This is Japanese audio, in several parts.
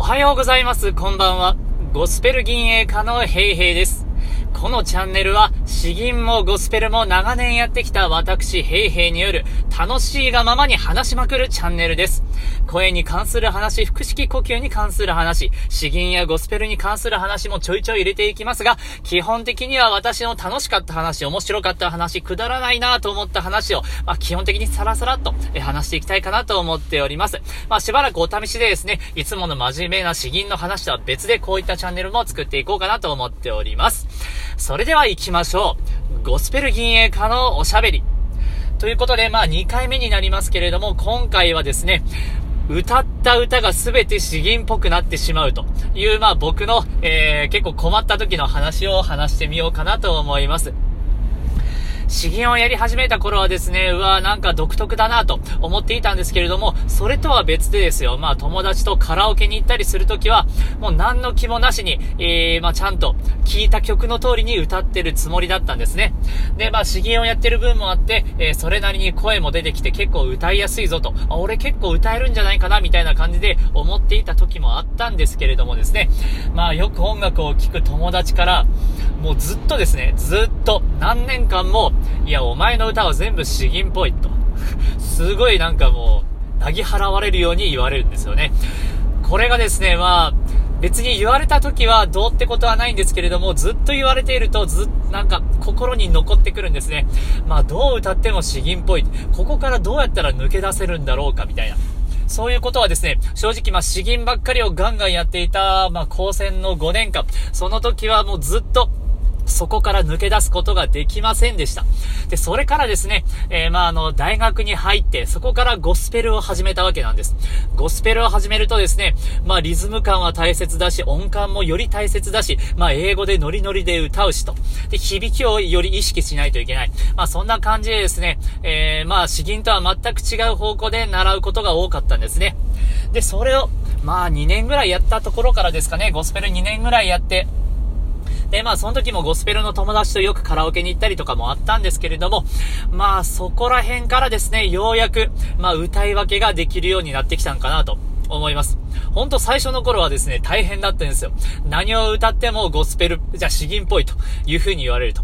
はようございます。こんばんは。ゴスペル銀営家のヘイヘイです。このチャンネルは詩吟もゴスペルも長年やってきた私ヘイヘイによる楽しいがままに話しまくるチャンネルです。声に関する話、腹式呼吸に関する話、詩吟やゴスペルに関する話もちょいちょい入れていきますが、基本的には私の楽しかった話、面白かった話、くだらないなと思った話を、基本的にサラサラっと話していきたいかなと思っております。しばらくお試しでですね、いつもの真面目な詩吟の話とは別でこういったチャンネルも作っていこうかなと思っております。それでは行きましょう。ゴスペル銀営家のおしゃべり。ということで、2回目になりますけれども、今回はですね、歌った歌がすべて詩吟っぽくなってしまうという、僕の、結構困った時の話を話してみようかなと思います。詩吟をやり始めた頃はですね、なんか独特だなと思っていたんですけれども、それとは別でですよ、友達とカラオケに行ったりするときは、もう何の気もなしに、ちゃんと聴いた曲の通りに歌ってるつもりだったんですね。で、詩吟をやってる分もあって、それなりに声も出てきて結構歌いやすいぞと、俺結構歌えるんじゃないかなみたいな感じで思っていた時もあったんですけれどもですね、よく音楽を聴く友達から、もうずっとですね、何年間も、いやお前の歌は全部詩吟っぽいとすごいもうなぎ払われるように言われるんですよね。これがですね、別に言われた時はどうってことはないんですけれども、ずっと言われていると心に残ってくるんですね。どう歌っても詩吟っぽい、ここからどうやったら抜け出せるんだろうかみたいな、そういうことはですね、正直詩吟ばっかりをガンガンやっていた高専の5年間、その時はもうずっとそこから抜け出すことができませんでした。で、それからですね、大学に入って、そこからゴスペルを始めたわけなんです。ゴスペルを始めるとですね、リズム感は大切だし、音感もより大切だし、英語でノリノリで歌うしと。で、響きをより意識しないといけない。そんな感じでですね、詩吟とは全く違う方向で習うことが多かったんですね。で、それを、2年ぐらいやったところからですかね、ゴスペル2年ぐらいやって、で、その時もゴスペルの友達とよくカラオケに行ったりとかもあったんですけれども、そこら辺からですね、ようやく、歌い分けができるようになってきたんかなと思います。ほんと最初の頃はですね、大変だったんですよ。何を歌ってもゴスペル、詩吟っぽいという風に言われると。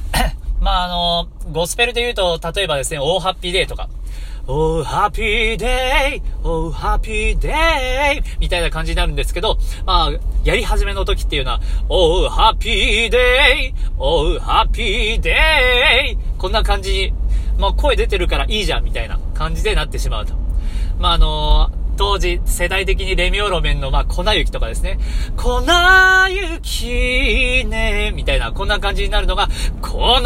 ゴスペルで言うと、例えばですね、Oh Happy Day とか、Oh Happy Day, Oh Happy Day みたいな感じになるんですけど、やり始めの時っていうのは Oh Happy Day, Oh Happy Day こんな感じに、声出てるからいいじゃんみたいな感じでなってしまうと。当時世代的にレミオロメンの粉雪とかですね、粉雪ねみたいな、こんな感じになるのが粉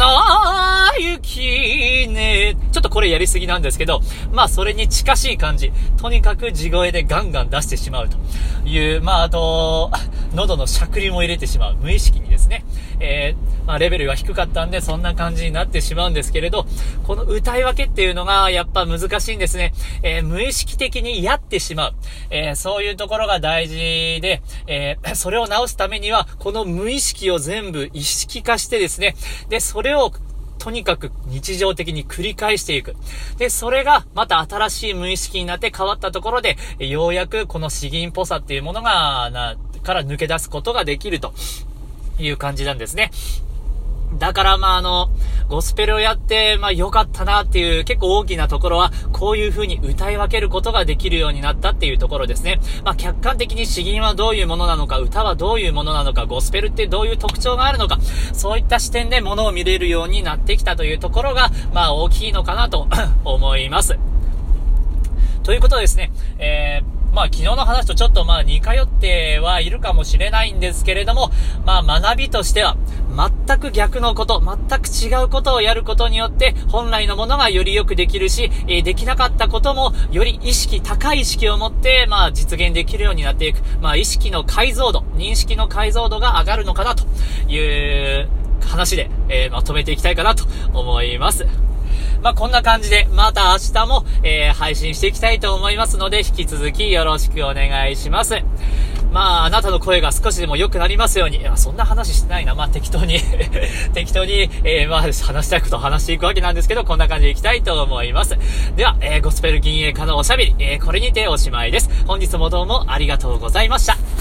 雪ね、ちょっとこれやりすぎなんですけど、それに近しい感じ、とにかく地声でガンガン出してしまうという、あと喉のしゃくりも入れてしまう、無意識にですね、レベルが低かったんでそんな感じになってしまうんですけれど、この歌い分けっていうのがやっぱ難しいんですね。無意識的にやってしまう、そういうところが大事で、それを直すためにはこの無意識を全部意識化してですね、でそれをとにかく日常的に繰り返していく。で、それがまた新しい無意識になって変わったところで、ようやくこの詩吟っぽさっていうものがから抜け出すことができるという感じなんですね。だからゴスペルをやって良かったなっていう結構大きなところは、こういう風に歌い分けることができるようになったっていうところですね。客観的に詩吟はどういうものなのか、歌はどういうものなのか、ゴスペルってどういう特徴があるのか、そういった視点で物を見れるようになってきたというところが大きいのかなと思います。ということでですね、昨日の話とちょっと似通ってはいるかもしれないんですけれども、学びとしては全く逆のこと、全く違うことをやることによって本来のものがよりよくできるし、できなかったこともより高い意識を持って実現できるようになっていく、意識の解像度、認識の解像度が上がるのかなという話で、まとめていきたいかなと思います。 まあ、こんな感じで、また明日も、配信していきたいと思いますので、引き続きよろしくお願いします。まあ、あなたの声が少しでも良くなりますように。そんな話してないな。まあ、適当に、まあ、話したいことを話していくわけなんですけど、こんな感じでいきたいと思います。では、ゴスペル銀営家のおしゃべり、これにておしまいです。本日もどうもありがとうございました。